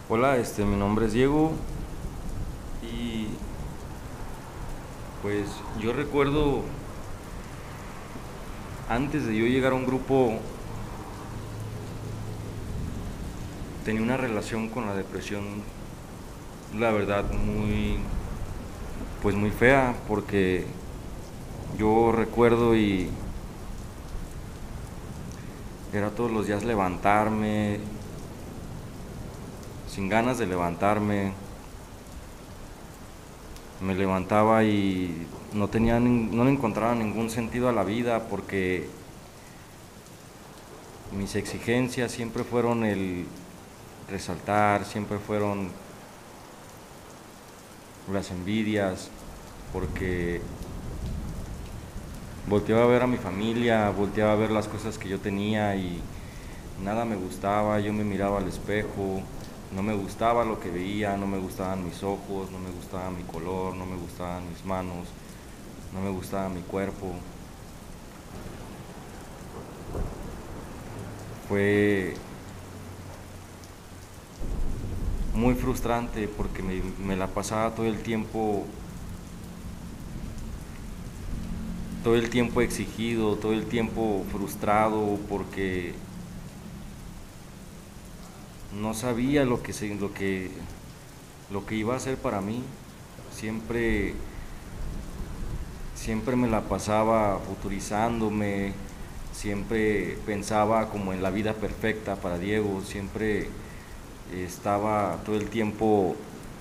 Hola, mi nombre es Diego y pues yo recuerdo antes de yo llegar a un grupo tenía una relación con la depresión, la verdad muy fea porque yo recuerdo y era todos los días levantarme sin ganas de levantarme. Me levantaba y no le encontraba ningún sentido a la vida porque mis exigencias siempre fueron el resaltar, siempre fueron las envidias, porque volteaba a ver a mi familia, volteaba a ver las cosas que yo tenía y nada me gustaba. Yo me miraba al espejo, no me gustaba lo que veía, no me gustaban mis ojos, no me gustaba mi color, no me gustaban mis manos, no me gustaba mi cuerpo. Fue muy frustrante porque me la pasaba todo el tiempo exigido, todo el tiempo frustrado porque no sabía lo que iba a hacer para mí. Siempre, siempre me la pasaba futurizándome, siempre pensaba como en la vida perfecta para Diego, siempre estaba todo el tiempo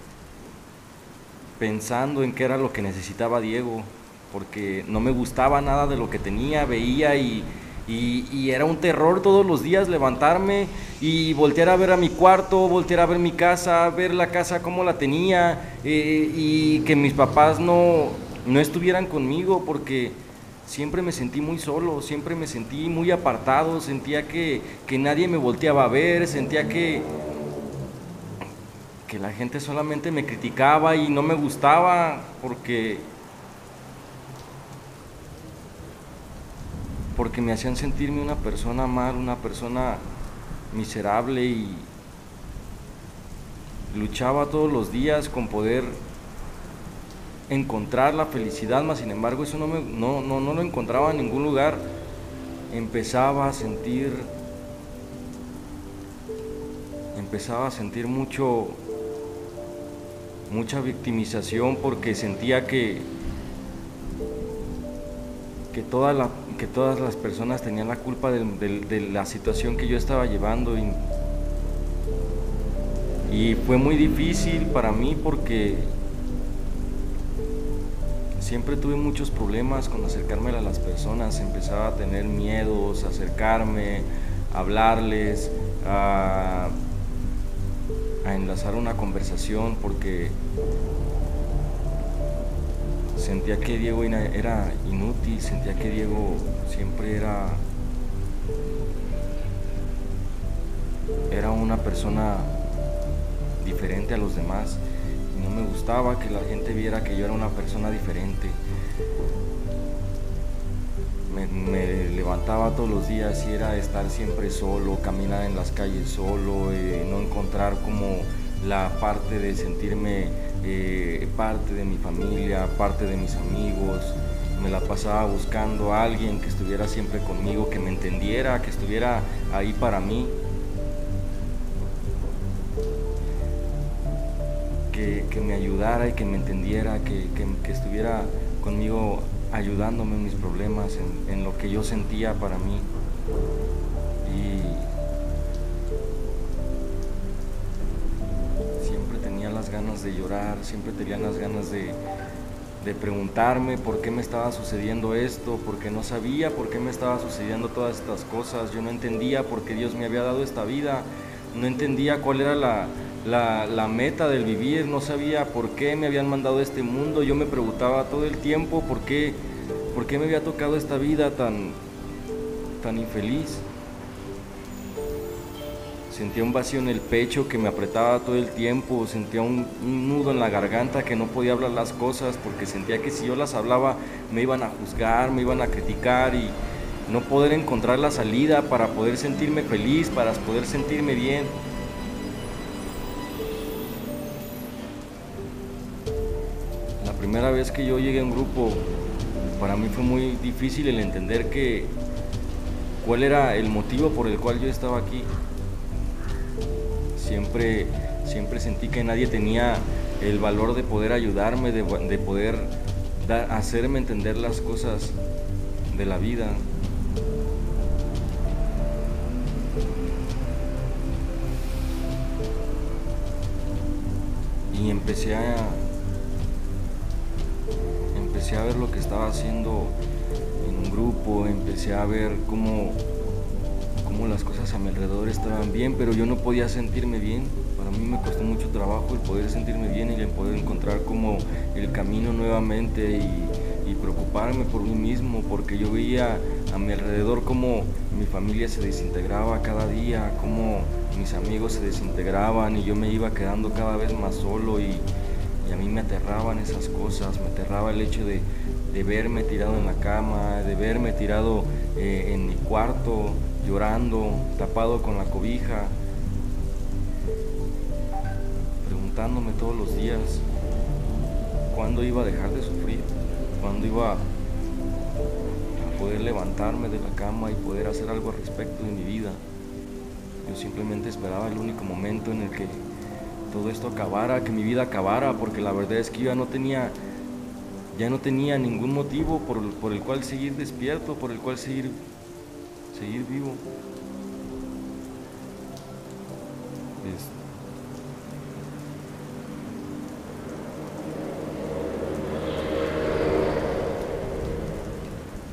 pensando en qué era lo que necesitaba Diego, porque no me gustaba nada de lo que tenía, veía y era un terror todos los días levantarme y voltear a ver a mi cuarto, voltear a ver mi casa, ver la casa como la tenía, y que mis papás no estuvieran conmigo porque siempre me sentí muy solo, siempre me sentí muy apartado, sentía que nadie me volteaba a ver, sentía que la gente solamente me criticaba y no me gustaba porque me hacían sentirme una persona mal, una persona miserable, y luchaba todos los días con poder encontrar la felicidad, mas sin embargo eso no lo encontraba en ningún lugar. Empezaba a sentir, empezaba a sentir mucha victimización porque sentía que, toda la, que todas las personas tenían la culpa de la situación que yo estaba llevando, y fue muy difícil para mí porque siempre tuve muchos problemas con acercarme a las personas. Empezaba a tener miedos a acercarme, a hablarles, a enlazar una conversación porque sentía que Diego era inútil, sentía que Diego siempre era una persona diferente a los demás, y no me gustaba que la gente viera que yo era una persona diferente. Me levantaba todos los días y era estar siempre solo, caminar en las calles solo, no encontrar como la parte de sentirme parte de mi familia, parte de mis amigos. Me la pasaba buscando a alguien que estuviera siempre conmigo, que me entendiera, que estuviera ahí para mí, que me ayudara y que me entendiera, que estuviera conmigo ayudándome en mis problemas, en lo que yo sentía para mí. Y siempre tenía las ganas de llorar, siempre tenía las ganas de preguntarme por qué me estaba sucediendo esto, porque no sabía por qué me estaba sucediendo todas estas cosas. Yo no entendía por qué Dios me había dado esta vida, no entendía cuál era la meta del vivir, no sabía por qué me habían mandado a este mundo. Yo me preguntaba todo el tiempo por qué me había tocado esta vida tan infeliz. Sentía un vacío en el pecho que me apretaba todo el tiempo, sentía un nudo en la garganta que no podía hablar las cosas porque sentía que si yo las hablaba me iban a juzgar, me iban a criticar, y no poder encontrar la salida para poder sentirme feliz, para poder sentirme bien. primera vez que yo llegué a un grupo, para mí fue muy difícil el entender cuál era el motivo por el cual yo estaba aquí. Siempre sentí que nadie tenía el valor de poder ayudarme, de poder hacerme entender las cosas de la vida. Y empecé a ver lo que estaba haciendo en un grupo, empecé a ver cómo las cosas a mi alrededor estaban bien, pero yo no podía sentirme bien. Para mí me costó mucho trabajo el poder sentirme bien y el poder encontrar como el camino nuevamente y preocuparme por mí mismo, porque yo veía a mi alrededor cómo mi familia se desintegraba cada día, cómo mis amigos se desintegraban y yo me iba quedando cada vez más solo y a mí me aterraban esas cosas, me aterraba el hecho de verme tirado en la cama, de verme tirado en mi cuarto, llorando, tapado con la cobija, preguntándome todos los días cuándo iba a dejar de sufrir, cuándo iba a poder levantarme de la cama y poder hacer algo al respecto de mi vida. Yo simplemente esperaba el único momento en el que todo esto acabara, que mi vida acabara, porque la verdad es que yo ya no tenía ningún motivo por el cual seguir despierto, por el cual seguir vivo.